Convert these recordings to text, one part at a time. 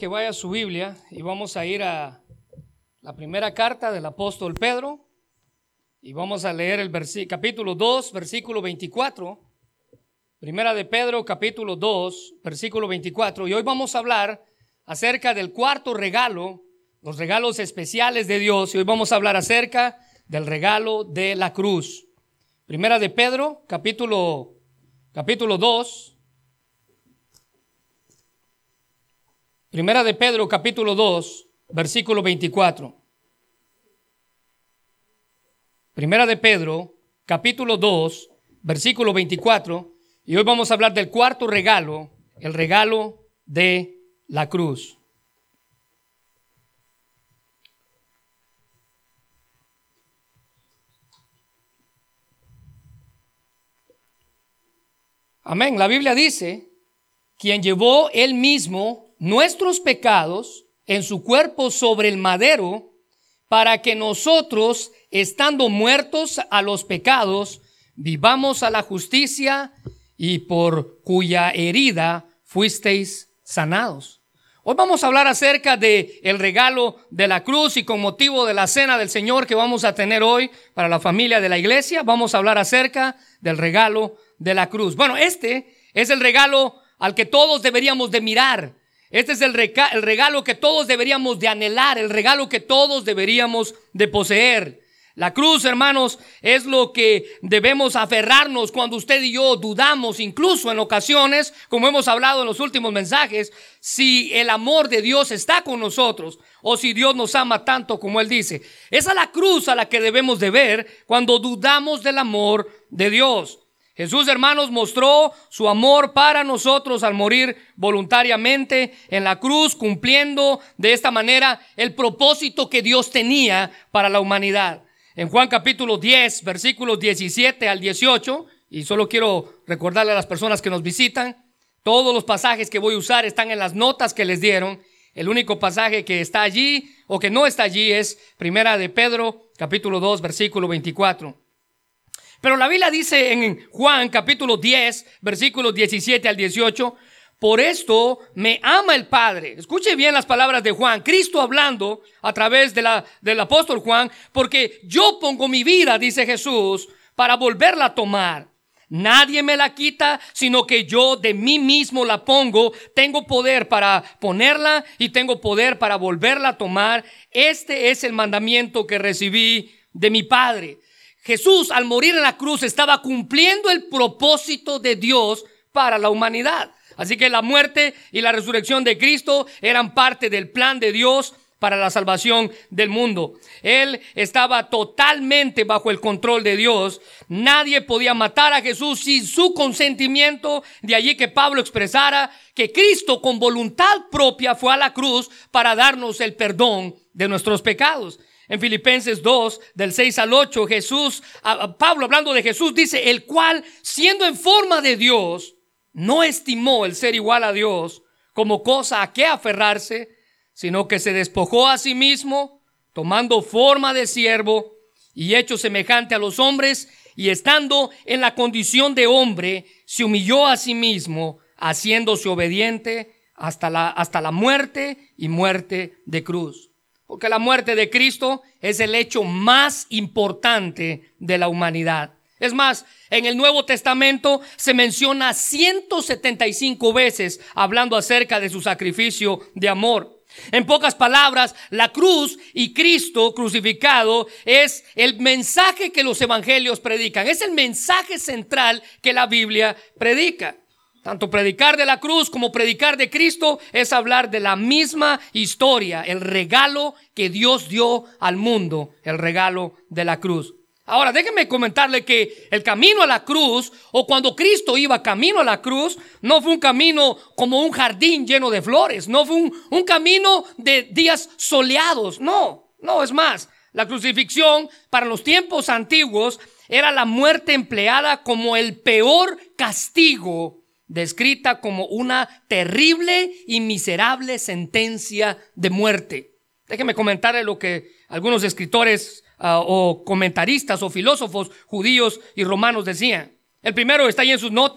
Que vaya a su Biblia y vamos a ir a la primera carta del apóstol Pedro y vamos a leer el capítulo 2, versículo 24. Primera de Pedro, capítulo 2, versículo 24. Y hoy vamos a hablar acerca del cuarto regalo, los regalos especiales de Dios. Y hoy vamos a hablar acerca del regalo de la cruz. Primera de Pedro, capítulo 2. Primera de Pedro, capítulo 2, versículo 24. Primera de Pedro, capítulo 2, versículo 24. Y hoy vamos a hablar del cuarto regalo, el regalo de la cruz. Amén. La Biblia dice, quien llevó él mismo nuestros pecados en su cuerpo sobre el madero, para que nosotros, estando muertos a los pecados, vivamos a la justicia, y por cuya herida fuisteis sanados. Hoy vamos a hablar acerca de el regalo de la cruz, y con motivo de la cena del Señor que vamos a tener hoy para la familia de la iglesia, vamos a hablar acerca del regalo de la cruz. Bueno, este es el regalo al que todos deberíamos de mirar. Este es el regalo que todos deberíamos de anhelar, el regalo que todos deberíamos de poseer. La cruz, hermanos, es lo que debemos aferrarnos cuando usted y yo dudamos, incluso en ocasiones, como hemos hablado en los últimos mensajes, si el amor de Dios está con nosotros o si Dios nos ama tanto como Él dice. Esa es la cruz a la que debemos de ver cuando dudamos del amor de Dios. Jesús, hermanos, mostró su amor para nosotros al morir voluntariamente en la cruz, cumpliendo de esta manera el propósito que Dios tenía para la humanidad. En Juan capítulo 10, versículos 17 al 18, y solo quiero recordarle a las personas que nos visitan, todos los pasajes que voy a usar están en las notas que les dieron. El único pasaje que está allí o que no está allí es Primera de Pedro, capítulo 2, versículo 24. Pero la Biblia dice en Juan capítulo 10, versículos 17 al 18, por esto me ama el Padre. Escuche bien las palabras de Juan, Cristo hablando a través del apóstol Juan, porque yo pongo mi vida, dice Jesús, para volverla a tomar. Nadie me la quita, sino que yo de mí mismo la pongo. Tengo poder para ponerla y tengo poder para volverla a tomar. Este es el mandamiento que recibí de mi Padre. Jesús, al morir en la cruz, estaba cumpliendo el propósito de Dios para la humanidad. Así que la muerte y la resurrección de Cristo eran parte del plan de Dios para la salvación del mundo. Él estaba totalmente bajo el control de Dios. Nadie podía matar a Jesús sin su consentimiento. De allí que Pablo expresara que Cristo con voluntad propia fue a la cruz para darnos el perdón de nuestros pecados. En Filipenses 2, del 6 al 8, Pablo hablando de Jesús dice, el cual siendo en forma de Dios, no estimó el ser igual a Dios como cosa a que aferrarse, sino que se despojó a sí mismo, tomando forma de siervo y hecho semejante a los hombres, y estando en la condición de hombre, se humilló a sí mismo, haciéndose obediente hasta la muerte y muerte de cruz. Porque la muerte de Cristo es el hecho más importante de la humanidad. Es más, en el Nuevo Testamento se menciona 175 veces hablando acerca de su sacrificio de amor. En pocas palabras, la cruz y Cristo crucificado es el mensaje que los evangelios predican. Es el mensaje central que la Biblia predica. Tanto predicar de la cruz como predicar de Cristo es hablar de la misma historia, el regalo que Dios dio al mundo, el regalo de la cruz. Ahora, déjenme comentarle que el camino a la cruz, o cuando Cristo iba camino a la cruz, no fue un camino como un jardín lleno de flores, no fue un camino de días soleados, no, es más, la crucifixión para los tiempos antiguos era la muerte empleada como el peor castigo, descrita como una terrible y miserable sentencia de muerte. Déjeme comentarle lo que algunos escritores o comentaristas o filósofos judíos y romanos decían. El primero está ahí en sus notas.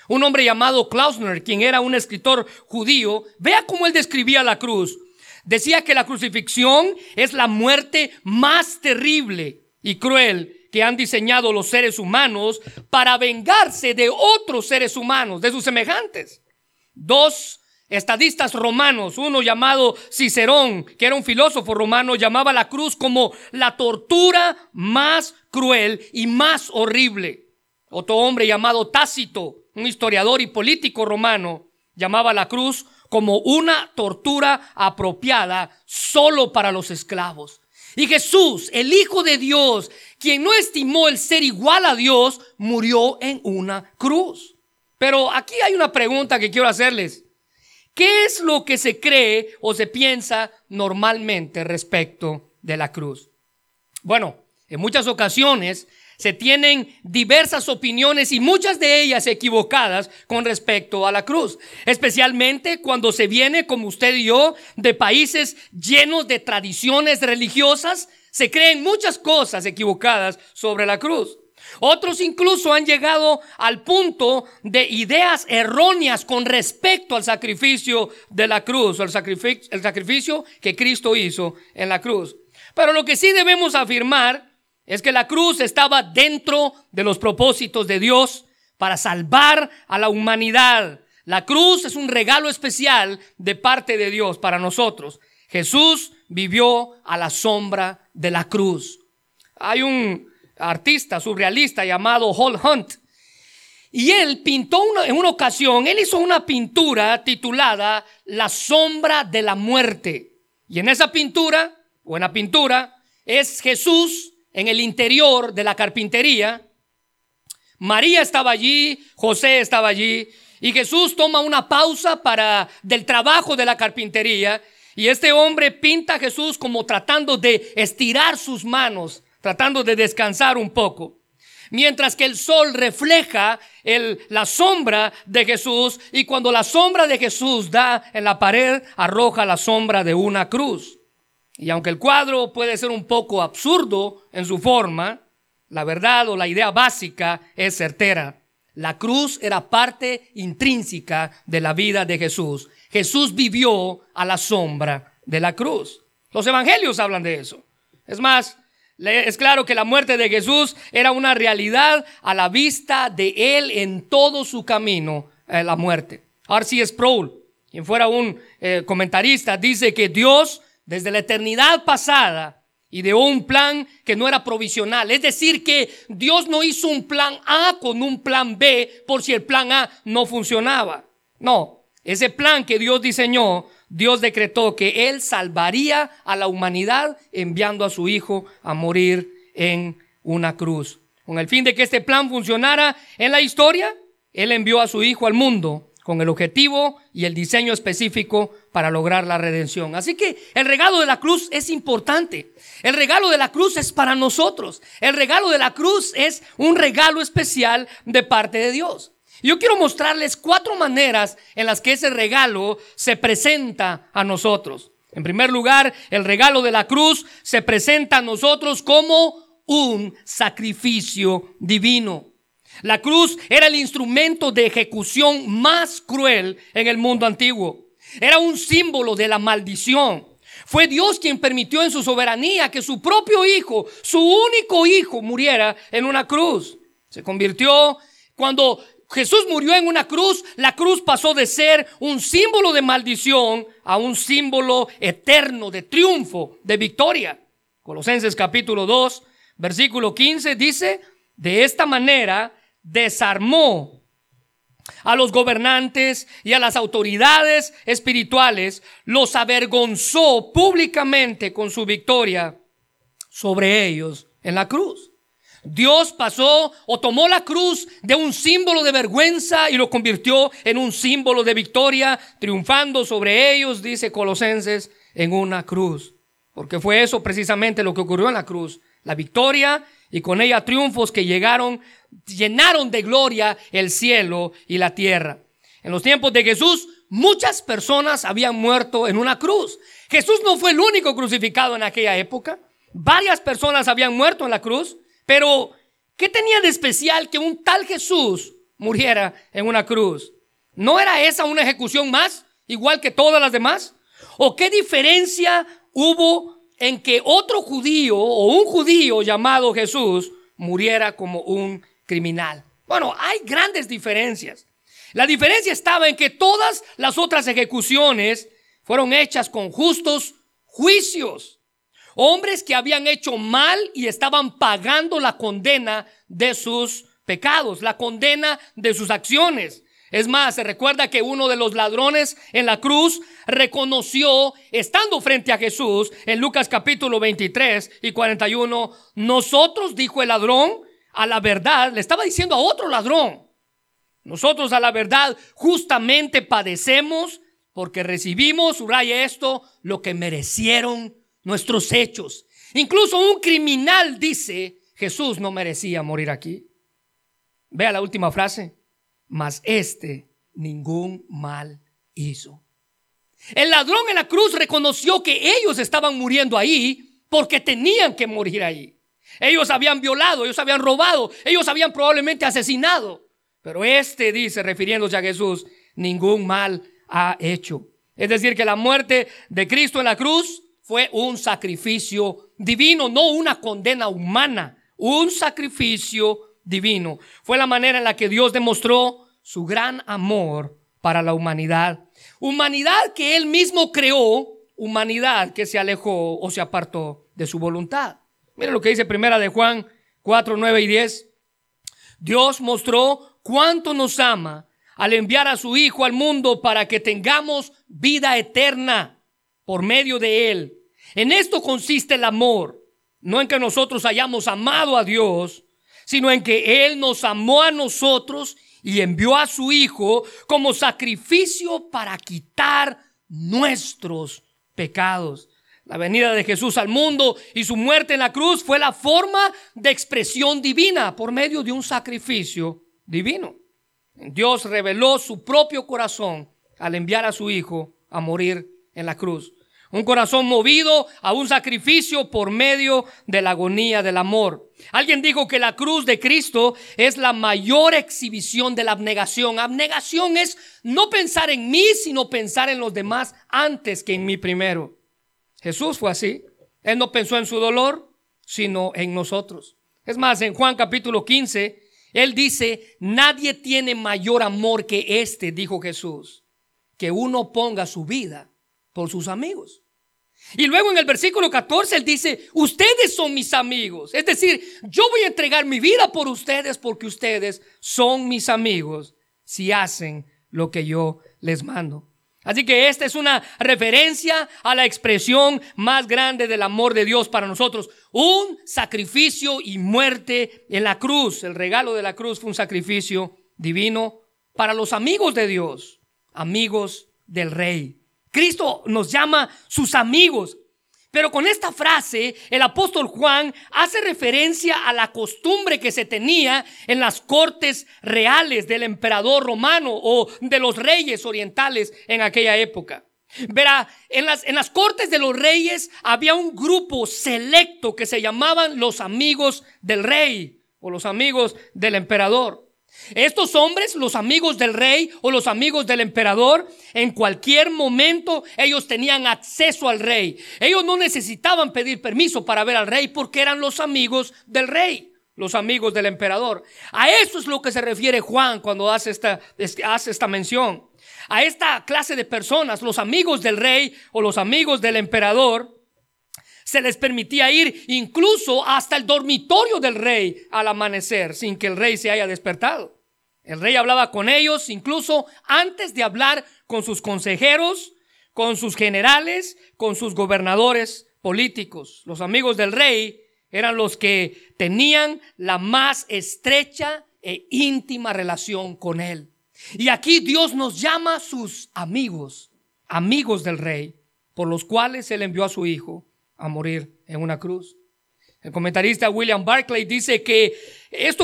un hombre llamado Klausner, quien era un escritor judío, vea cómo él describía la cruz. Decía que la crucifixión es la muerte más terrible y cruel que han diseñado los seres humanos para vengarse de otros seres humanos, de sus semejantes. Dos estadistas romanos, uno llamado Cicerón, que era un filósofo romano, llamaba la cruz como la tortura más cruel y más horrible. Otro hombre llamado Tácito, un historiador y político romano, llamaba la cruz como una tortura apropiada solo para los esclavos. Y Jesús, el Hijo de Dios, quien no estimó el ser igual a Dios, murió en una cruz. Pero aquí hay una pregunta que quiero hacerles. ¿Qué es lo que se cree o se piensa normalmente respecto de la cruz? Bueno, en muchas ocasiones se tienen diversas opiniones y muchas de ellas equivocadas con respecto a la cruz, especialmente cuando se viene, como usted y yo, de países llenos de tradiciones religiosas. Se creen muchas cosas equivocadas sobre la cruz. Otros incluso han llegado al punto de ideas erróneas con respecto al sacrificio de la cruz, o el sacrificio que Cristo hizo en la cruz. Pero lo que sí debemos afirmar es que la cruz estaba dentro de los propósitos de Dios para salvar a la humanidad. La cruz es un regalo especial de parte de Dios para nosotros. Jesús vivió a la sombra de la cruz. Hay un artista surrealista llamado Hal Hunt, y él pintó en una ocasión, él hizo una pintura titulada La sombra de la muerte. Y en esa pintura, es Jesús en el interior de la carpintería. María estaba allí, José estaba allí, y Jesús toma una pausa del trabajo de la carpintería, y este hombre pinta a Jesús como tratando de estirar sus manos, tratando de descansar un poco, mientras que el sol refleja la sombra de Jesús, y cuando la sombra de Jesús da en la pared, arroja la sombra de una cruz. Y aunque el cuadro puede ser un poco absurdo en su forma, la verdad o la idea básica es certera. La cruz era parte intrínseca de la vida de Jesús. Jesús vivió a la sombra de la cruz. Los evangelios hablan de eso. Es más, es claro que la muerte de Jesús era una realidad a la vista de él en todo su camino a la muerte. R.C. Sproul, quien fuera un comentarista, dice que Dios desde la eternidad pasada ideó un plan que no era provisional. Es decir, que Dios no hizo un plan A con un plan B por si el plan A no funcionaba. No, ese plan que Dios diseñó, Dios decretó que Él salvaría a la humanidad enviando a su Hijo a morir en una cruz. Con el fin de que este plan funcionara en la historia, Él envió a su Hijo al mundo con el objetivo y el diseño específico para lograr la redención. Así que el regalo de la cruz es importante. El regalo de la cruz es para nosotros. El regalo de la cruz es un regalo especial de parte de Dios. Yo quiero mostrarles 4 maneras en las que ese regalo se presenta a nosotros. En primer lugar, el regalo de la cruz se presenta a nosotros como un sacrificio divino. La cruz era el instrumento de ejecución más cruel en el mundo antiguo. Era un símbolo de la maldición. Fue Dios quien permitió en su soberanía que su propio hijo, su único hijo, muriera en una cruz. Cuando Jesús murió en una cruz, la cruz pasó de ser un símbolo de maldición a un símbolo eterno de triunfo, de victoria. Colosenses capítulo 2, versículo 15 dice: de esta manera desarmó a los gobernantes y a las autoridades espirituales, los avergonzó públicamente con su victoria sobre ellos en la cruz. Dios tomó la cruz de un símbolo de vergüenza y lo convirtió en un símbolo de victoria, triunfando sobre ellos, dice Colosenses, en una cruz. Porque fue eso precisamente lo que ocurrió en la cruz, la victoria y con ella triunfos que llenaron de gloria el cielo y la tierra. En los tiempos de Jesús, muchas personas habían muerto en una cruz. Jesús no fue el único crucificado en aquella época. Varias personas habían muerto en la cruz. Pero, ¿qué tenía de especial que un tal Jesús muriera en una cruz. ¿No era esa una ejecución más, igual que todas las demás? ¿O qué diferencia hubo en que otro judío o un judío llamado Jesús muriera como un criminal? Bueno, hay grandes diferencias. La diferencia estaba en que todas las otras ejecuciones fueron hechas con justos juicios. Hombres que habían hecho mal y estaban pagando la condena de sus pecados, la condena de sus acciones. Es más, se recuerda que uno de los ladrones en la cruz reconoció, estando frente a Jesús, en Lucas capítulo 23 y 41, nosotros, dijo el ladrón, a la verdad, le estaba diciendo a otro ladrón, nosotros a la verdad justamente padecemos porque recibimos, subraya esto, lo que merecieron nuestros hechos. Incluso un criminal dice, Jesús no merecía morir aquí. Vea la última frase. Mas ningún mal hizo. El ladrón en la cruz reconoció que ellos estaban muriendo ahí porque tenían que morir ahí. Ellos habían violado, ellos habían robado, ellos habían probablemente asesinado. Pero dice, refiriéndose a Jesús, ningún mal ha hecho. Es decir, que la muerte de Cristo en la cruz fue un sacrificio divino, no una condena humana, un sacrificio divino. Fue la manera en la que Dios demostró su gran amor para la humanidad. Humanidad que Él mismo creó, humanidad que se alejó o se apartó de su voluntad. Miren lo que dice primera de Juan 4, 9 y 10. Dios mostró cuánto nos ama al enviar a su Hijo al mundo para que tengamos vida eterna por medio de Él. En esto consiste el amor, no en que nosotros hayamos amado a Dios, sino en que Él nos amó a nosotros y envió a su Hijo como sacrificio para quitar nuestros pecados. La venida de Jesús al mundo y su muerte en la cruz fue la forma de expresión divina por medio de un sacrificio divino. Dios reveló su propio corazón al enviar a su Hijo a morir en la cruz. Un corazón movido a un sacrificio por medio de la agonía del amor. Alguien dijo que la cruz de Cristo es la mayor exhibición de la abnegación. Abnegación es no pensar en mí, sino pensar en los demás antes que en mí primero. Jesús fue así. Él no pensó en su dolor, sino en nosotros. Es más, en Juan capítulo 15, Él dice, nadie tiene mayor amor que dijo Jesús, que uno ponga su vida por sus amigos. Y luego en el versículo 14 Él dice, ustedes son mis amigos. Es decir, yo voy a entregar mi vida por ustedes porque ustedes son mis amigos si hacen lo que yo les mando. Así que esta es una referencia a la expresión más grande del amor de Dios para nosotros. Un sacrificio y muerte en la cruz. El regalo de la cruz fue un sacrificio divino para los amigos de Dios, amigos del Rey. Cristo nos llama sus amigos. Pero con esta frase el apóstol Juan hace referencia a la costumbre que se tenía en las cortes reales del emperador romano o de los reyes orientales en aquella época. Verá, en las cortes de los reyes había un grupo selecto que se llamaban los amigos del rey o los amigos del emperador. Estos hombres, los amigos del rey o los amigos del emperador, en cualquier momento ellos tenían acceso al rey. Ellos no necesitaban pedir permiso para ver al rey porque eran los amigos del rey, los amigos del emperador. A eso es lo que se refiere Juan cuando hace esta mención. A esta clase de personas, los amigos del rey o los amigos del emperador, se les permitía ir incluso hasta el dormitorio del rey al amanecer sin que el rey se haya despertado. El rey hablaba con ellos incluso antes de hablar con sus consejeros, con sus generales, con sus gobernadores políticos. Los amigos del rey eran los que tenían la más estrecha e íntima relación con él. Y aquí Dios nos llama sus amigos, amigos del rey, por los cuales él envió a su Hijo a morir en una cruz. El comentarista William Barclay dice que esto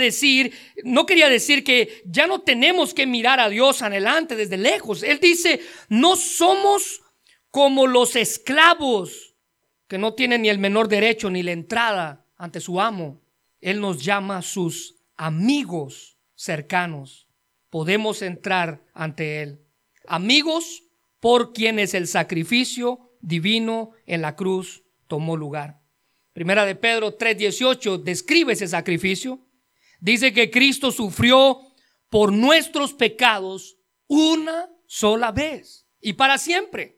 no quería decir que ya no tenemos que mirar a Dios anhelante desde lejos. Él dice, no somos como los esclavos que no tienen ni el menor derecho ni la entrada ante su amo. Él nos llama sus amigos cercanos. Podemos entrar ante Él. Amigos por quienes el sacrificio divino en la cruz tomó lugar. Primera de Pedro 3:18 describe ese sacrificio. Dice que Cristo sufrió por nuestros pecados una sola vez y para siempre.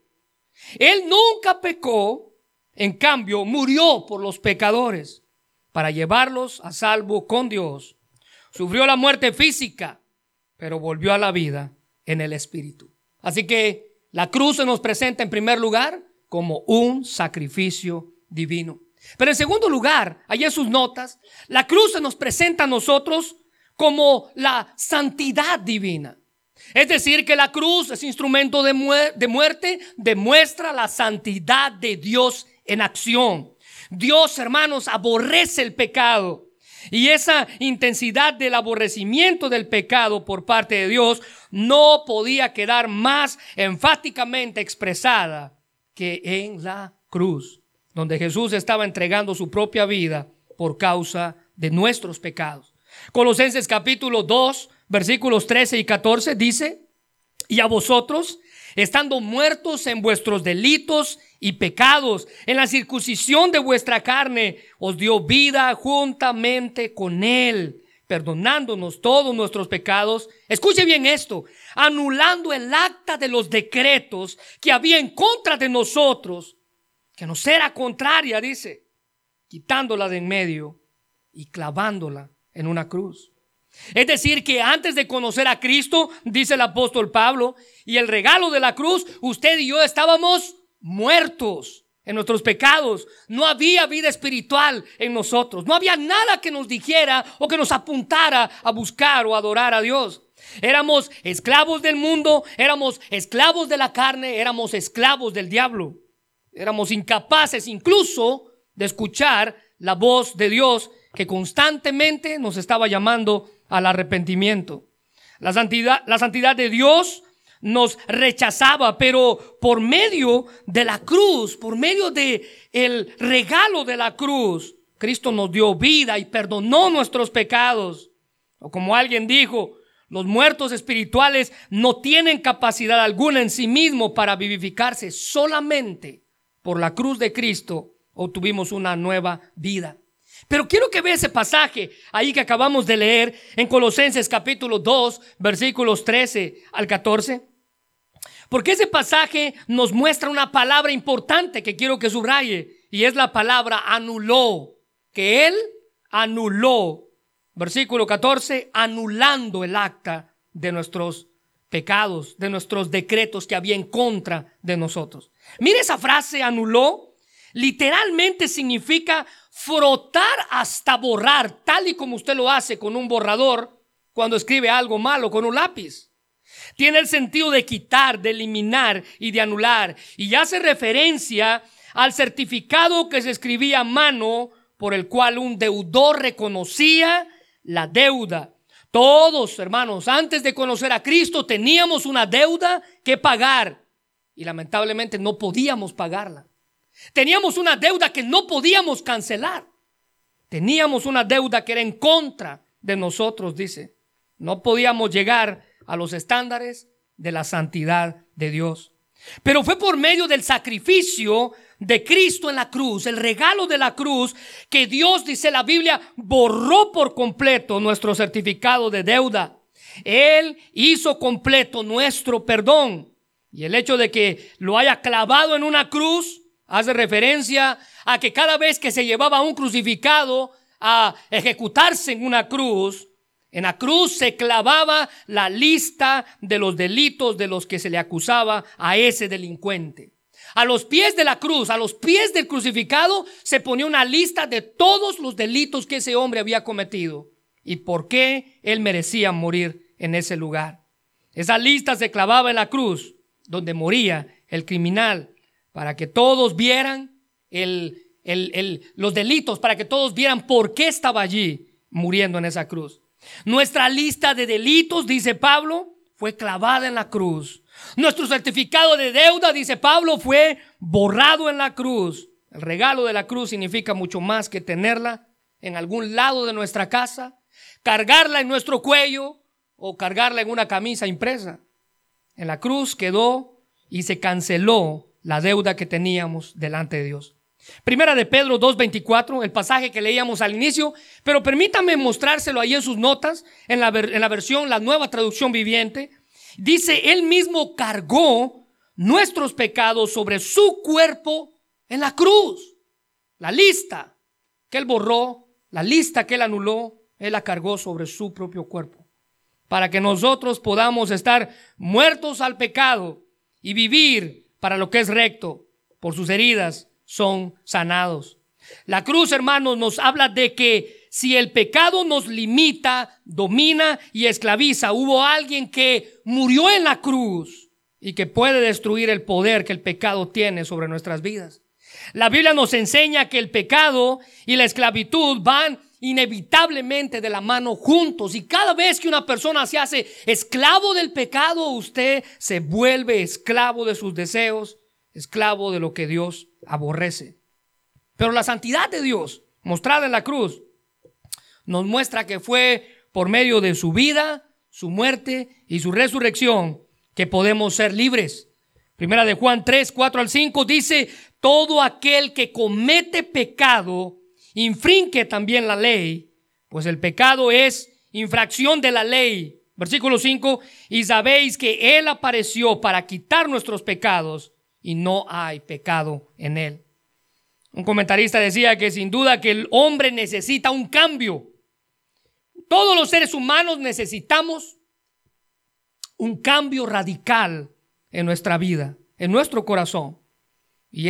Él nunca pecó, en cambio murió por los pecadores para llevarlos a salvo con Dios. Sufrió la muerte física, pero volvió a la vida en el Espíritu. Así que la cruz se nos presenta en primer lugar como un sacrificio divino. Pero en segundo lugar, allí en sus notas, la cruz se nos presenta a nosotros como la santidad divina. Es decir, que la cruz es instrumento de muerte, demuestra la santidad de Dios en acción. Dios, hermanos, aborrece el pecado. Y esa intensidad del aborrecimiento del pecado por parte de Dios no podía quedar más enfáticamente expresada que en la cruz, donde Jesús estaba entregando su propia vida por causa de nuestros pecados. Colosenses capítulo 2, versículos 13 y 14 dice: y a vosotros, estando muertos en vuestros delitos y pecados, en la circuncisión de vuestra carne, os dio vida juntamente con Él, perdonándonos todos nuestros pecados. Escuche bien esto: anulando el acta de los decretos que había en contra de nosotros, que nos era contraria, dice, quitándola de en medio y clavándola en una cruz. Es decir, que antes de conocer a Cristo, dice el apóstol Pablo, y el regalo de la cruz, usted y yo estábamos muertos en nuestros pecados. No había vida espiritual en nosotros. No había nada que nos dijera o que nos apuntara a buscar o adorar a Dios. Éramos esclavos del mundo, éramos esclavos de la carne, éramos esclavos del diablo. Éramos incapaces incluso de escuchar la voz de Dios, que constantemente nos estaba llamando al arrepentimiento. La santidad de Dios nos rechazaba, pero por medio de la cruz, por medio de el regalo de la cruz, Cristo nos dio vida y perdonó nuestros pecados. O como alguien dijo, los muertos espirituales no tienen capacidad alguna en sí mismos para vivificarse. Solamente por la cruz de Cristo obtuvimos una nueva vida. Pero quiero que vea ese pasaje ahí que acabamos de leer en Colosenses capítulo 2, versículos 13 al 14. Porque ese pasaje nos muestra una palabra importante que quiero que subraye, y es la palabra anuló, que Él anuló, versículo 14, anulando el acta de nuestros pecados, de nuestros decretos que había en contra de nosotros. Mire esa frase, anuló, literalmente significa frotar hasta borrar, tal y como usted lo hace con un borrador cuando escribe algo malo con un lápiz. Tiene el sentido de quitar, de eliminar y de anular, y hace referencia al certificado que se escribía a mano por el cual un deudor reconocía la deuda. Todos, hermanos, antes de conocer a Cristo teníamos una deuda que pagar y lamentablemente no podíamos pagarla. Teníamos una deuda que no podíamos cancelar. Teníamos una deuda que era en contra de nosotros, dice. No podíamos llegar a los estándares de la santidad de Dios. Pero fue por medio del sacrificio de Cristo en la cruz, el regalo de la cruz, que Dios, dice la Biblia, borró por completo nuestro certificado de deuda. Él hizo completo nuestro perdón. Y el hecho de que lo haya clavado en una cruz hace referencia a que cada vez que se llevaba un crucificado a ejecutarse en una cruz, en la cruz se clavaba la lista de los delitos de los que se le acusaba a ese delincuente. A los pies de la cruz, a los pies del crucificado, se ponía una lista de todos los delitos que ese hombre había cometido y por qué él merecía morir en ese lugar. Esa lista se clavaba en la cruz, donde moría el criminal, para que todos vieran los delitos, para que todos vieran por qué estaba allí muriendo en esa cruz. Nuestra lista de delitos, dice Pablo, fue clavada en la cruz. Nuestro certificado de deuda, dice Pablo, fue borrado en la cruz. El regalo de la cruz significa mucho más que tenerla en algún lado de nuestra casa, cargarla en nuestro cuello o cargarla en una camisa impresa. En la cruz quedó y se canceló la deuda que teníamos delante de Dios. Primera de Pedro 2:24, el pasaje que leíamos al inicio, pero permítame mostrárselo ahí en sus notas, en la versión, la Nueva Traducción Viviente. Dice, Él mismo cargó nuestros pecados sobre su cuerpo en la cruz. La lista que Él borró, la lista que Él anuló, Él la cargó sobre su propio cuerpo, para que nosotros podamos estar muertos al pecado y vivir para lo que es recto. Por sus heridas son sanados. La cruz, hermanos, nos habla de que si el pecado nos limita, domina y esclaviza, hubo alguien que murió en la cruz y que puede destruir el poder que el pecado tiene sobre nuestras vidas. La Biblia nos enseña que el pecado y la esclavitud van inevitablemente de la mano juntos, y cada vez que una persona se hace esclavo del pecado, usted se vuelve esclavo de sus deseos, esclavo de lo que Dios aborrece. Pero la santidad de Dios mostrada en la cruz nos muestra que fue por medio de su vida, su muerte y su resurrección que podemos ser libres. Primera de Juan 3:4-5 dice: todo aquel que comete pecado infringe también la ley, pues el pecado es infracción de la ley. Versículo 5: y sabéis que Él apareció para quitar nuestros pecados y no hay pecado en Él. Un comentarista decía que sin duda que el hombre necesita un cambio. Todos los seres humanos necesitamos un cambio radical en nuestra vida, en nuestro corazón. Y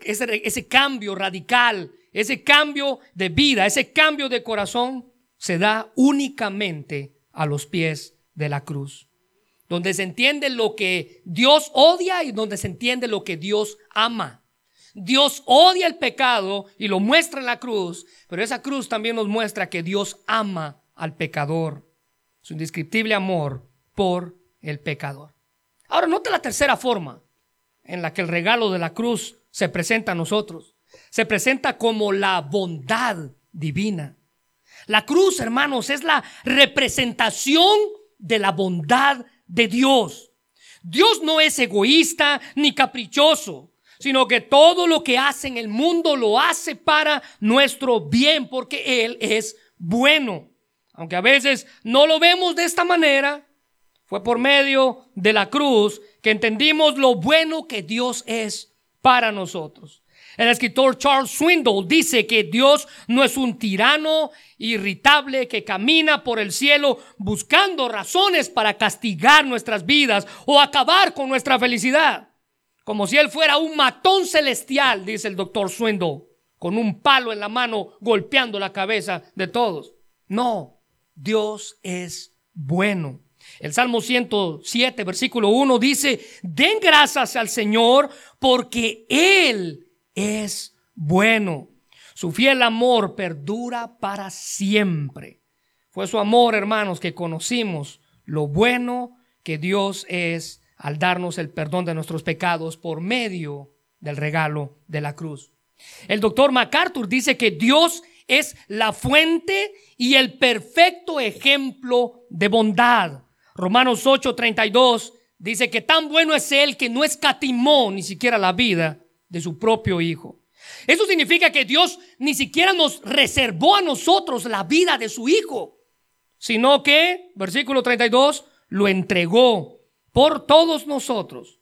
ese cambio radical, ese cambio de vida, ese cambio de corazón se da únicamente a los pies de la cruz, donde se entiende lo que Dios odia y donde se entiende lo que Dios ama. Dios odia el pecado y lo muestra en la cruz, pero esa cruz también nos muestra que Dios ama al pecador, su indescriptible amor por el pecador. Ahora, nota la tercera forma en la que el regalo de la cruz se presenta a nosotros. Se presenta como la bondad divina. La cruz, hermanos, es la representación de la bondad de Dios. Dios no es egoísta ni caprichoso, sino que todo lo que hace en el mundo lo hace para nuestro bien, porque Él es bueno. Aunque a veces no lo vemos de esta manera, fue por medio de la cruz que entendimos lo bueno que Dios es para nosotros. El escritor Charles Swindoll dice que Dios no es un tirano irritable que camina por el cielo buscando razones para castigar nuestras vidas o acabar con nuestra felicidad. Como si Él fuera un matón celestial, dice el doctor Swindoll, con un palo en la mano golpeando la cabeza de todos. No, Dios es bueno. El Salmo 107, versículo 1 dice: den gracias al Señor porque Él es bueno. Su fiel amor perdura para siempre. Fue su amor, hermanos, que conocimos lo bueno que Dios es al darnos el perdón de nuestros pecados por medio del regalo de la cruz. El doctor MacArthur dice que Dios es la fuente y el perfecto ejemplo de bondad. Romanos 8:32 dice que tan bueno es Él que no escatimó ni siquiera la vida de su propio Hijo. Eso significa que Dios ni siquiera nos reservó a nosotros la vida de su Hijo, sino que, versículo 32, lo entregó por todos nosotros.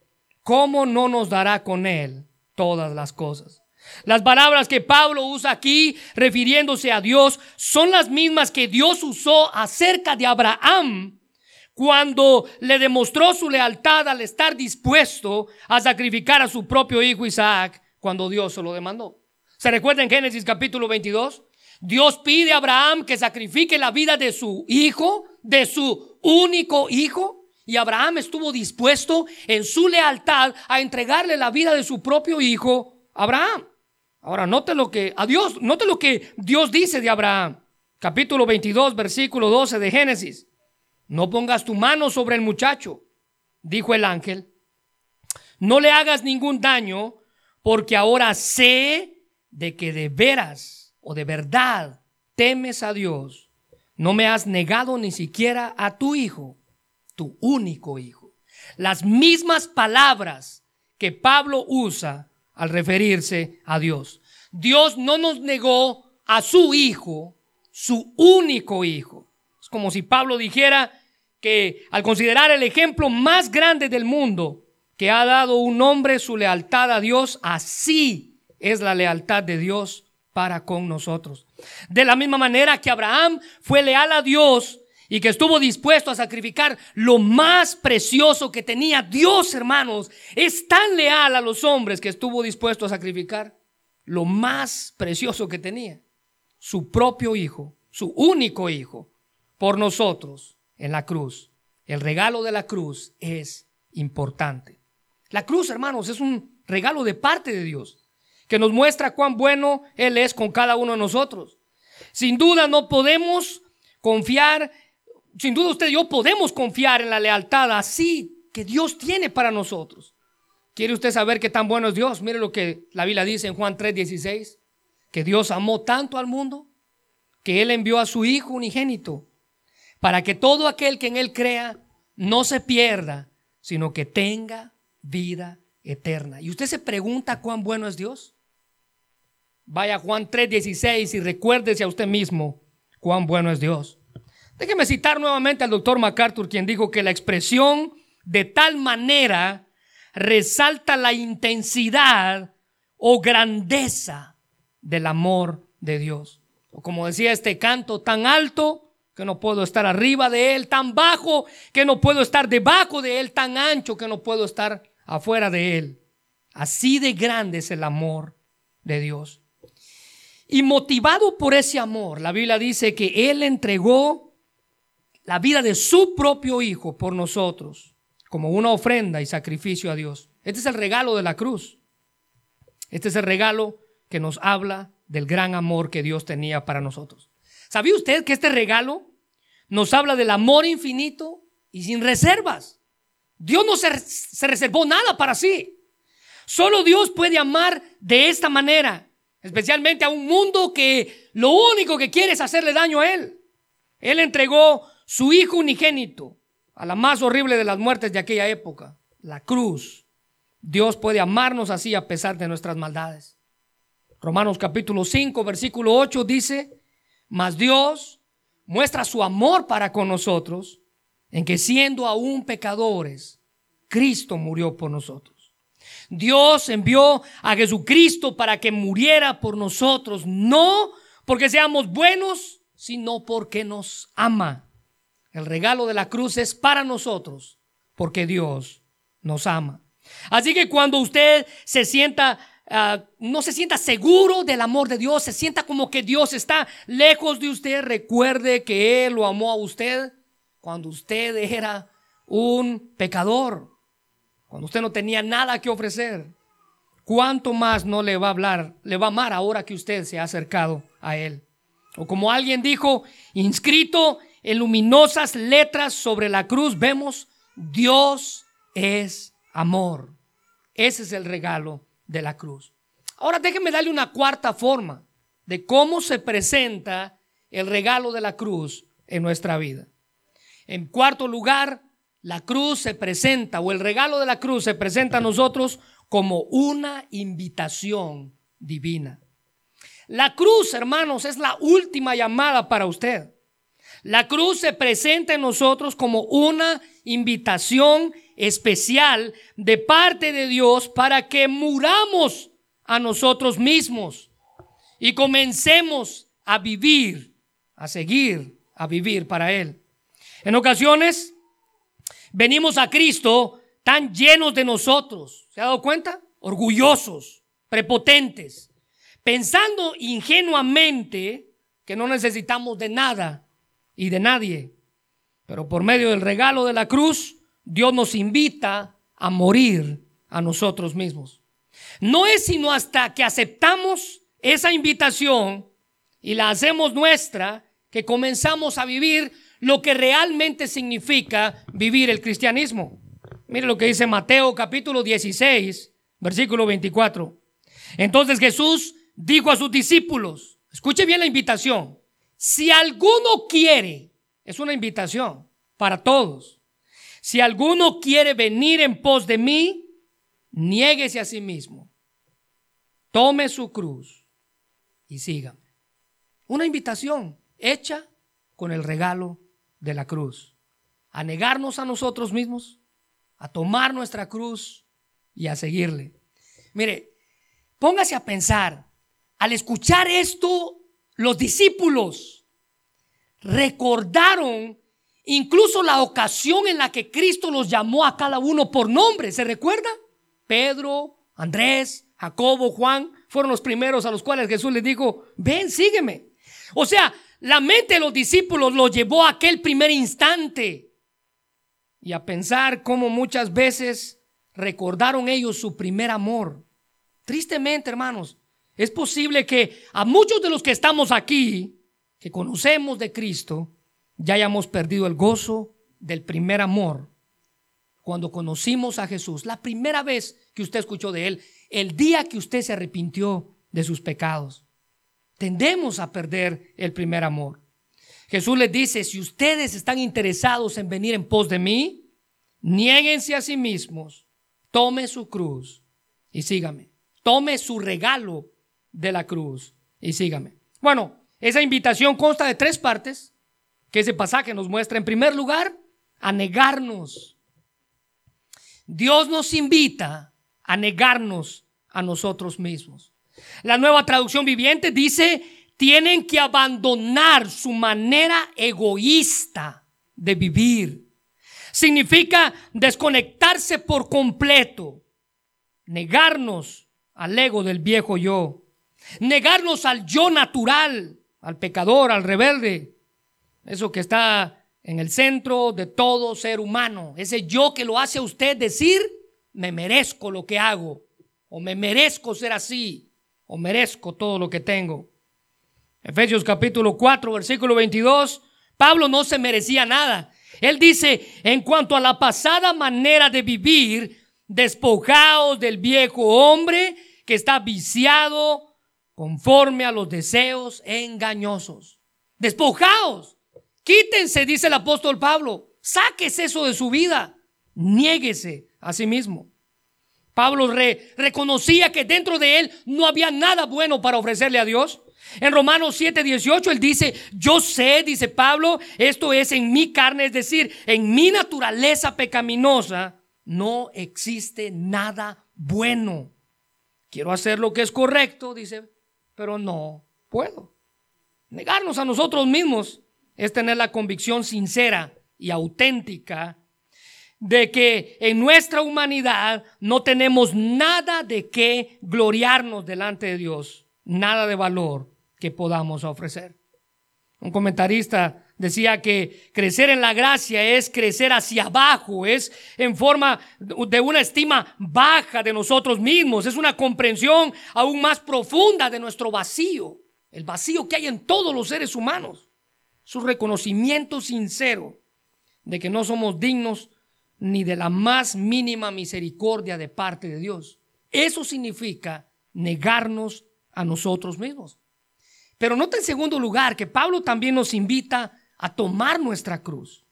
¿Cómo no nos dará con Él todas las cosas? Las palabras que Pablo usa aquí refiriéndose a Dios son las mismas que Dios usó acerca de Abraham cuando le demostró su lealtad al estar dispuesto a sacrificar a su propio hijo Isaac cuando Dios se lo demandó. ¿Se recuerda en Génesis capítulo 22? Dios pide a Abraham que sacrifique la vida de su hijo, de su único hijo, y Abraham estuvo dispuesto en su lealtad a entregarle la vida de su propio hijo a Abraham. Ahora note lo que Dios dice de Abraham. Capítulo 22, versículo 12 de Génesis. No pongas tu mano sobre el muchacho, dijo el ángel. No le hagas ningún daño, porque ahora sé de que de veras o de verdad temes a Dios, no me has negado ni siquiera a tu hijo, tu único hijo. Las mismas palabras que Pablo usa al referirse a Dios. Dios no nos negó a su hijo, su único hijo. Es como si Pablo dijera que al considerar el ejemplo más grande del mundo que ha dado un hombre su lealtad a Dios, así es la lealtad de Dios para con nosotros. De la misma manera que Abraham fue leal a Dios y que estuvo dispuesto a sacrificar lo más precioso que tenía, Dios, hermanos, es tan leal a los hombres que estuvo dispuesto a sacrificar lo más precioso que tenía, su propio hijo, su único hijo, por nosotros en la cruz. El regalo de la cruz es importante. La cruz, hermanos, es un regalo de parte de Dios que nos muestra cuán bueno Él es con cada uno de nosotros. Sin duda no podemos confiar, sin duda usted y yo podemos confiar en la lealtad así que Dios tiene para nosotros. ¿Quiere usted saber qué tan bueno es Dios? Mire lo que la Biblia dice en Juan 3:16, que Dios amó tanto al mundo que Él envió a su Hijo unigénito para que todo aquel que en Él crea no se pierda, sino que tenga vida eterna. Y usted se pregunta cuán bueno es Dios. Vaya a Juan 3:16 y recuérdese a usted mismo cuán bueno es Dios. Déjeme citar nuevamente al doctor MacArthur, quien dijo que la expresión de tal manera resalta la intensidad o grandeza del amor de Dios. O como decía este canto, tan alto que no puedo estar arriba de él, tan bajo que no puedo estar debajo de él, tan ancho que no puedo estar afuera de él. Así de grande es el amor de Dios. Y motivado por ese amor, la Biblia dice que Él entregó la vida de su propio Hijo por nosotros, como una ofrenda y sacrificio a Dios. Este es el regalo de la cruz. Este es el regalo que nos habla del gran amor que Dios tenía para nosotros. ¿Sabía usted que este regalo nos habla del amor infinito y sin reservas? Dios no se reservó nada para sí. Solo Dios puede amar de esta manera, especialmente a un mundo que lo único que quiere es hacerle daño a Él. Él entregó su Hijo unigénito a la más horrible de las muertes de aquella época, la cruz. Dios puede amarnos así a pesar de nuestras maldades. Romanos capítulo 5, versículo 8 dice: mas Dios muestra su amor para con nosotros en que siendo aún pecadores, Cristo murió por nosotros. Dios envió a Jesucristo para que muriera por nosotros, no porque seamos buenos, sino porque nos ama. El regalo de la cruz es para nosotros, porque Dios nos ama. Así que cuando usted se sienta, no se sienta seguro del amor de Dios, se sienta como que Dios está lejos de usted, recuerde que Él lo amó a usted cuando usted era un pecador, cuando usted no tenía nada que ofrecer. ¿Cuánto más no le va a hablar, le va a amar ahora que usted se ha acercado a Él? O como alguien dijo, inscrito en luminosas letras sobre la cruz, vemos: Dios es amor. Ese es el regalo de la cruz. Ahora déjenme darle una cuarta forma de cómo se presenta el regalo de la cruz en nuestra vida. En cuarto lugar, la cruz se presenta, o el regalo de la cruz se presenta a nosotros como una invitación divina. La cruz, hermanos, es la última llamada para usted. La cruz se presenta en nosotros como una invitación especial de parte de Dios para que muramos a nosotros mismos y comencemos a vivir, a seguir, a vivir para Él. En ocasiones venimos a Cristo tan llenos de nosotros, ¿se ha dado cuenta? Orgullosos, prepotentes, pensando ingenuamente que no necesitamos de nada y de nadie. Pero por medio del regalo de la cruz, Dios nos invita a morir a nosotros mismos. No es sino hasta que aceptamos esa invitación y la hacemos nuestra que comenzamos a vivir lo que realmente significa vivir el cristianismo. Mire lo que dice Mateo capítulo 16, versículo 24. Entonces Jesús dijo a sus discípulos, escuche bien la invitación: si alguno quiere, es una invitación para todos. Si alguno quiere venir en pos de mí, niéguese a sí mismo, tome su cruz y sígame. Una invitación hecha con el regalo de la cruz, a negarnos a nosotros mismos, a tomar nuestra cruz y a seguirle. Mire, póngase a pensar, al escuchar esto, los discípulos recordaron incluso la ocasión en la que Cristo los llamó a cada uno por nombre. ¿Se recuerda? Pedro, Andrés, Jacobo, Juan fueron los primeros a los cuales Jesús les dijo: ven, sígueme. O sea, la mente de los discípulos los llevó a aquel primer instante y a pensar cómo muchas veces recordaron ellos su primer amor. Tristemente, hermanos, es posible que a muchos de los que estamos aquí, que conocemos de Cristo, ya hayamos perdido el gozo del primer amor cuando conocimos a Jesús, la primera vez que usted escuchó de Él, el día que usted se arrepintió de sus pecados. Tendemos a perder el primer amor. Jesús les dice: si ustedes están interesados en venir en pos de mí, niéguense a sí mismos, tome su cruz y sígame. Tome su regalo de la cruz y sígame. Bueno, esa invitación consta de 3 partes que ese pasaje nos muestra. En primer lugar, a negarnos. Dios nos invita a negarnos a nosotros mismos. La Nueva Traducción Viviente dice: tienen que abandonar su manera egoísta de vivir. Significa desconectarse por completo, negarnos al ego del viejo yo, negarnos al yo natural, al pecador, al rebelde, eso que está en el centro de todo ser humano, ese yo que lo hace a usted decir: me merezco lo que hago, o me merezco ser así, o merezco todo lo que tengo. Efesios capítulo 4, versículo 22, Pablo no se merecía nada. Él dice: en cuanto a la pasada manera de vivir, despojaos del viejo hombre que está viciado conforme a los deseos engañosos. Despojaos, quítense, dice el apóstol Pablo, sáquese eso de su vida, niéguese a sí mismo. Pablo reconocía que dentro de él no había nada bueno para ofrecerle a Dios. En Romanos 7:18 él dice: yo sé, dice Pablo, esto es en mi carne, es decir, en mi naturaleza pecaminosa, no existe nada bueno. Quiero hacer lo que es correcto, dice, pero no puedo. Negarnos a nosotros mismos es tener la convicción sincera y auténtica de que en nuestra humanidad no tenemos nada de qué gloriarnos delante de Dios, nada de valor que podamos ofrecer. Un comentarista decía que crecer en la gracia es crecer hacia abajo, es en forma de una estima baja de nosotros mismos, es una comprensión aún más profunda de nuestro vacío, el vacío que hay en todos los seres humanos, su reconocimiento sincero de que no somos dignos ni de la más mínima misericordia de parte de Dios. Eso significa negarnos a nosotros mismos. Pero nota en segundo lugar que Pablo también nos invita a tomar nuestra cruz,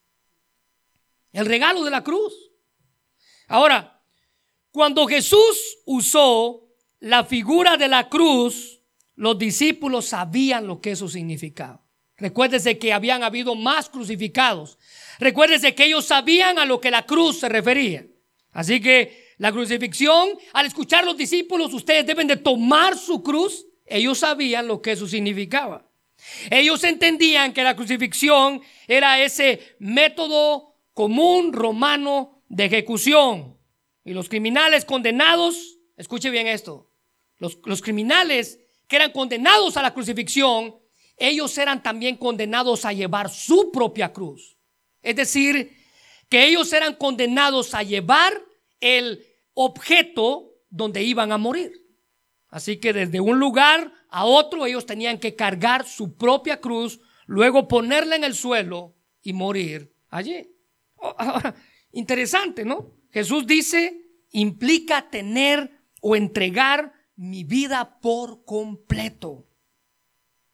el regalo de la cruz. Ahora, cuando Jesús usó la figura de la cruz, los discípulos sabían lo que eso significaba. Recuérdese que habían habido más crucificados. Recuérdese que ellos sabían a lo que la cruz se refería. Así que la crucifixión, al escuchar los discípulos, ustedes deben de tomar su cruz. Ellos sabían lo que eso significaba. Ellos entendían que la crucifixión era ese método común romano de ejecución. Y los criminales condenados, escuche bien esto, los criminales que eran condenados a la crucifixión, ellos eran también condenados a llevar su propia cruz. Es decir, que ellos eran condenados a llevar el objeto donde iban a morir. Así que desde un lugar a otro ellos tenían que cargar su propia cruz, luego ponerla en el suelo y morir allí. Ahora, interesante, ¿no? Jesús dice, implica tener o entregar mi vida por completo.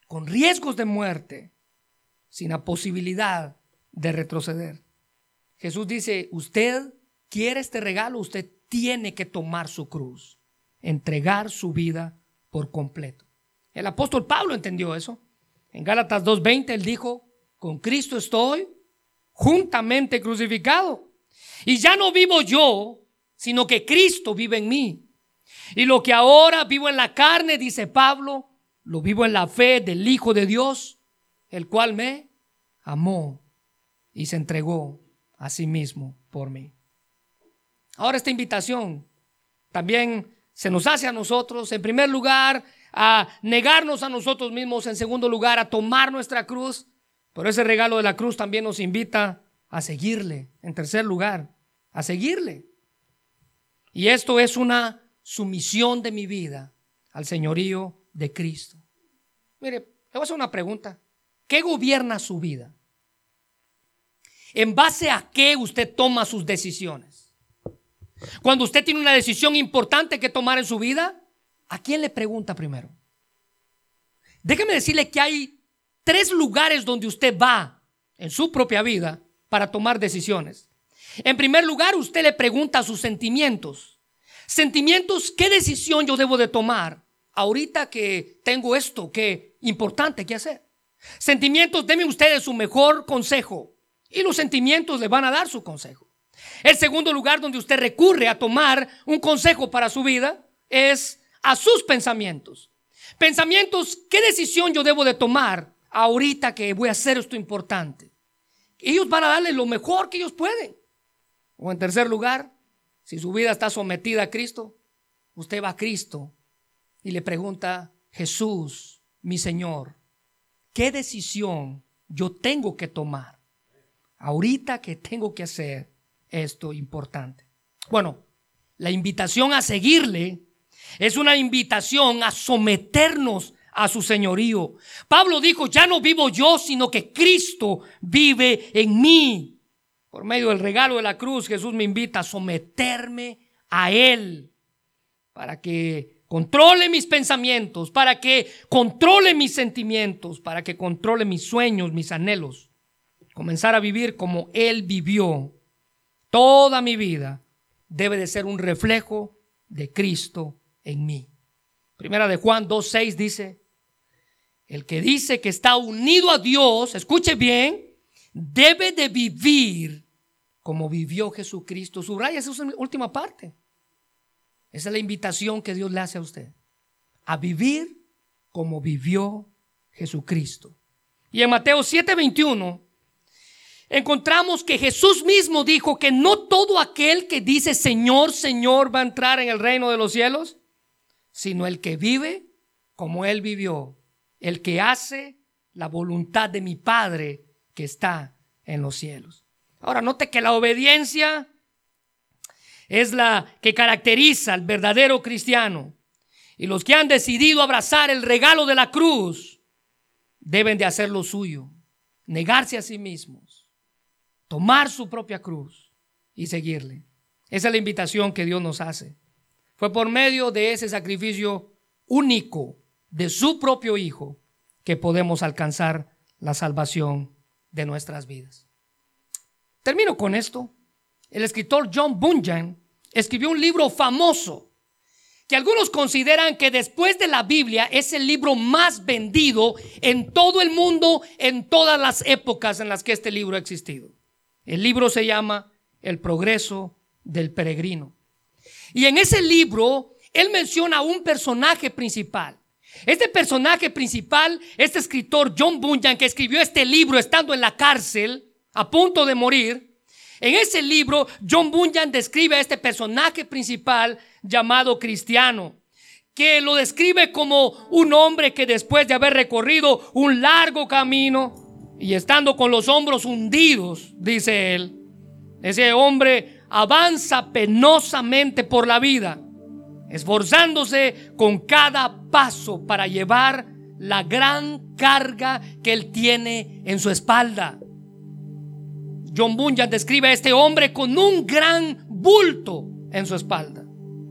con riesgos de muerte, sin la posibilidad de retroceder. Jesús dice, usted quiere este regalo, usted tiene que tomar su cruz, entregar su vida por completo. El apóstol Pablo entendió eso. En Gálatas 2:20 él dijo, con Cristo estoy juntamente crucificado. Y ya no vivo yo, sino que Cristo vive en mí. Y lo que ahora vivo en la carne, dice Pablo, lo vivo en la fe del Hijo de Dios, el cual me amó y se entregó a sí mismo por mí. Ahora esta invitación también se nos hace a nosotros, en primer lugar, a negarnos a nosotros mismos, en segundo lugar, a tomar nuestra cruz. Pero ese regalo de la cruz también nos invita a seguirle, en tercer lugar, a seguirle. Y esto es una sumisión de mi vida al señorío de Cristo. Mire, le voy a hacer una pregunta. ¿Qué gobierna su vida? ¿En base a qué usted toma sus decisiones? Cuando usted tiene una decisión importante que tomar en su vida, ¿a quién le pregunta primero? Déjeme decirle que hay 3 lugares donde usted va en su propia vida para tomar decisiones. En primer lugar, usted le pregunta a sus sentimientos. Sentimientos, ¿qué decisión yo debo de tomar ahorita que tengo esto, qué importante que hacer? Sentimientos, denme ustedes su mejor consejo y los sentimientos le van a dar su consejo. El segundo lugar donde usted recurre a tomar un consejo para su vida es a sus pensamientos. Pensamientos, ¿qué decisión yo debo de tomar ahorita que voy a hacer esto importante? Ellos van a darle lo mejor que ellos pueden. O en tercer lugar, si su vida está sometida a Cristo, usted va a Cristo y le pregunta, Jesús, mi Señor, ¿qué decisión yo tengo que tomar ahorita que tengo que hacer esto importante? Bueno, la invitación a seguirle es una invitación a someternos a su señorío. Pablo dijo, ya no vivo yo, sino que Cristo vive en mí. Por medio del regalo de la cruz, Jesús me invita a someterme a Él para que controle mis pensamientos, para que controle mis sentimientos, para que controle mis sueños, mis anhelos. Comenzar a vivir como Él vivió. Toda mi vida debe de ser un reflejo de Cristo en mí. Primera de Juan 2:6 dice, el que dice que está unido a Dios, escuche bien, debe de vivir como vivió Jesucristo. Subraya esa última parte. Esa es la invitación que Dios le hace a usted, a vivir como vivió Jesucristo. Y en Mateo 7:21 encontramos que Jesús mismo dijo que no todo aquel que dice Señor, Señor va a entrar en el reino de los cielos, sino el que vive como Él vivió, el que hace la voluntad de mi Padre que está en los cielos. Ahora note que la obediencia es la que caracteriza al verdadero cristiano, y los que han decidido abrazar el regalo de la cruz deben de hacer lo suyo, negarse a sí mismos, tomar su propia cruz y seguirle. Esa es la invitación que Dios nos hace. Fue por medio de ese sacrificio único de su propio Hijo que podemos alcanzar la salvación de nuestras vidas. Termino con esto. El escritor John Bunyan escribió un libro famoso que algunos consideran que después de la Biblia es el libro más vendido en todo el mundo, en todas las épocas en las que este libro ha existido. El libro se llama El progreso del peregrino. Y en ese libro él menciona a un personaje principal. Este personaje principal, este escritor John Bunyan, que escribió este libro estando en la cárcel, a punto de morir. En ese libro, John Bunyan describe a este personaje principal llamado Cristiano, que lo describe como un hombre que después de haber recorrido un largo camino y estando con los hombros hundidos, dice él, ese hombre avanza penosamente por la vida, esforzándose con cada paso para llevar la gran carga que él tiene en su espalda. John Bunyan describe a este hombre con un gran bulto en su espalda.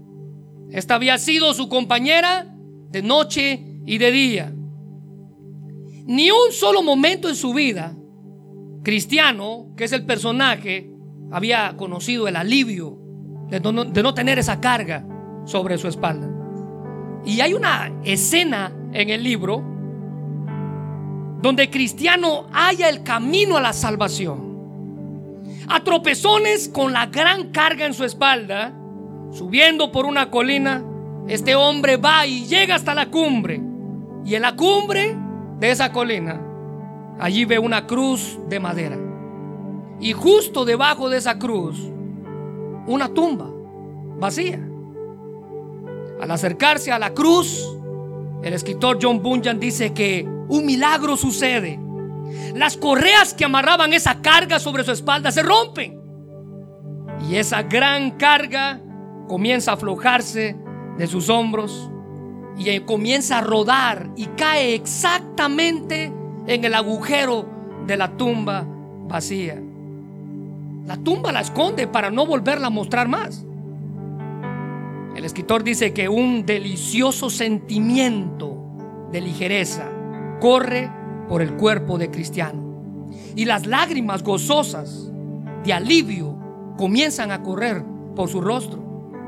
Esta había sido su compañera de noche y de día. Ni un solo momento en su vida, Cristiano, que es el personaje, había conocido el alivio de no tener esa carga sobre su espalda. Y hay una escena en el libro donde Cristiano halla el camino a la salvación. A tropezones, con la gran carga en su espalda, subiendo por una colina, este hombre va y llega hasta la cumbre. Y en la cumbre de esa colina, allí ve una cruz de madera. Y justo debajo de esa cruz, una tumba vacía. Al acercarse a la cruz, el escritor John Bunyan dice que un milagro sucede. Las correas que amarraban esa carga sobre su espalda se rompen, y esa gran carga comienza a aflojarse de sus hombros y comienza a rodar y cae exactamente en el agujero de la tumba vacía. La tumba la esconde para no volverla a mostrar más. El escritor dice que un delicioso sentimiento de ligereza corre por el cuerpo de Cristiano, y las lágrimas gozosas de alivio comienzan a correr por su rostro.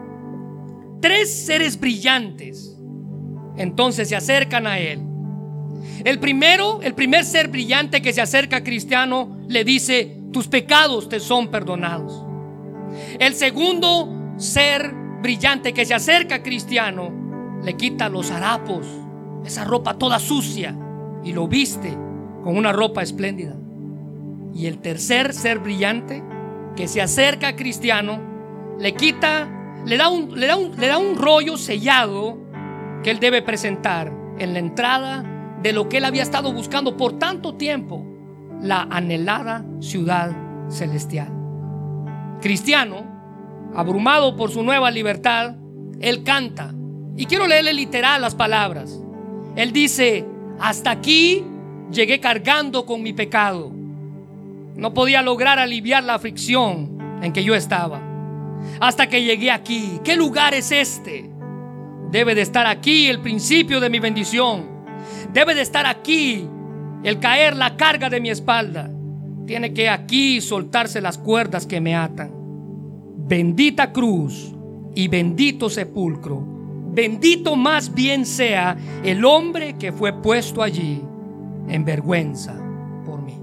3 seres brillantes entonces se acercan a él. El primer ser brillante que se acerca a Cristiano le dice: tus pecados te son perdonados. El segundo ser brillante que se acerca a Cristiano le quita los harapos, esa ropa toda sucia, y lo viste con una ropa espléndida. Y el tercer ser brillante que se acerca a Cristiano le da un rollo sellado que él debe presentar en la entrada de lo que él había estado buscando por tanto tiempo, la anhelada ciudad celestial. Cristiano, abrumado por su nueva libertad, él canta, y quiero leerle literal las palabras. Él dice: hasta aquí llegué cargando con mi pecado. No podía lograr aliviar la aflicción en que yo estaba, hasta que llegué aquí. ¿Qué lugar es este? Debe de estar aquí el principio de mi bendición. Debe de estar aquí el caer la carga de mi espalda. Tiene que aquí soltarse las cuerdas que me atan. Bendita cruz y bendito sepulcro. Bendito más bien sea el hombre que fue puesto allí en vergüenza por mí.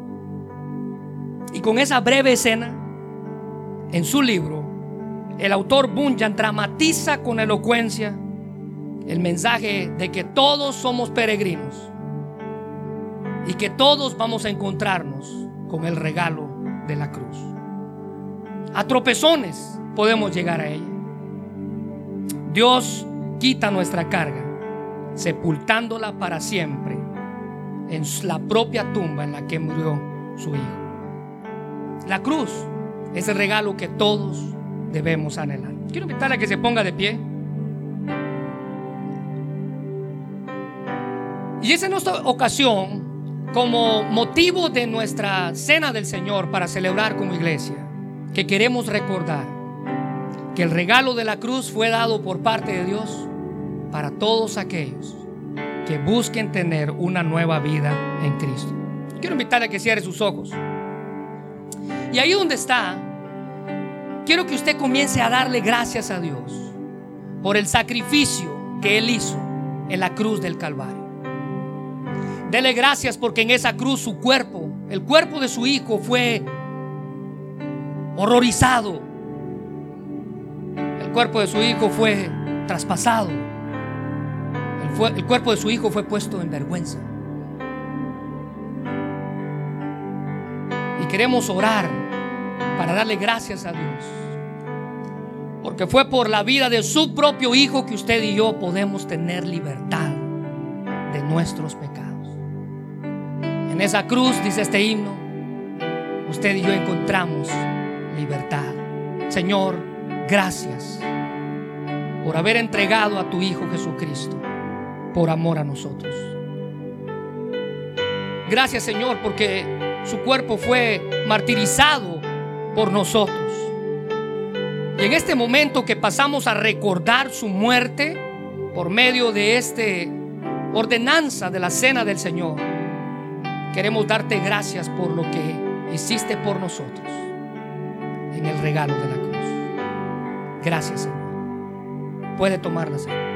Y con esa breve escena en su libro, el autor Bunyan dramatiza con elocuencia el mensaje de que todos somos peregrinos y que todos vamos a encontrarnos con el regalo de la cruz. A tropezones podemos llegar a ella. Dios quita nuestra carga, sepultándola para siempre en la propia tumba en la que murió su Hijo. La cruz es el regalo que todos debemos anhelar. Quiero invitarle a que se ponga de pie. Y es en esta ocasión, como motivo de nuestra cena del Señor para celebrar como iglesia, que queremos recordar que el regalo de la cruz fue dado por parte de Dios para todos aquellos que busquen tener una nueva vida en Cristo. Quiero invitarle a que cierre sus ojos. Y ahí donde está, quiero que usted comience a darle gracias a Dios por el sacrificio que Él hizo en la cruz del Calvario. Dele gracias porque en esa cruz su cuerpo, el cuerpo de su Hijo, fue horrorizado. El cuerpo de su Hijo fue traspasado. El cuerpo de su Hijo fue puesto en vergüenza. Y queremos orar para darle gracias a Dios, porque fue por la vida de su propio Hijo que usted y yo podemos tener libertad de nuestros pecados. En esa cruz, dice este himno, usted y yo encontramos libertad. Señor, gracias por haber entregado a tu Hijo Jesucristo por amor a nosotros. Gracias, Señor, porque su cuerpo fue martirizado por nosotros. Y en este momento que pasamos a recordar su muerte por medio de esta ordenanza de la cena del Señor, queremos darte gracias por lo que hiciste por nosotros en el regalo de la cruz. Gracias, Señor. Puede tomarla, Señor.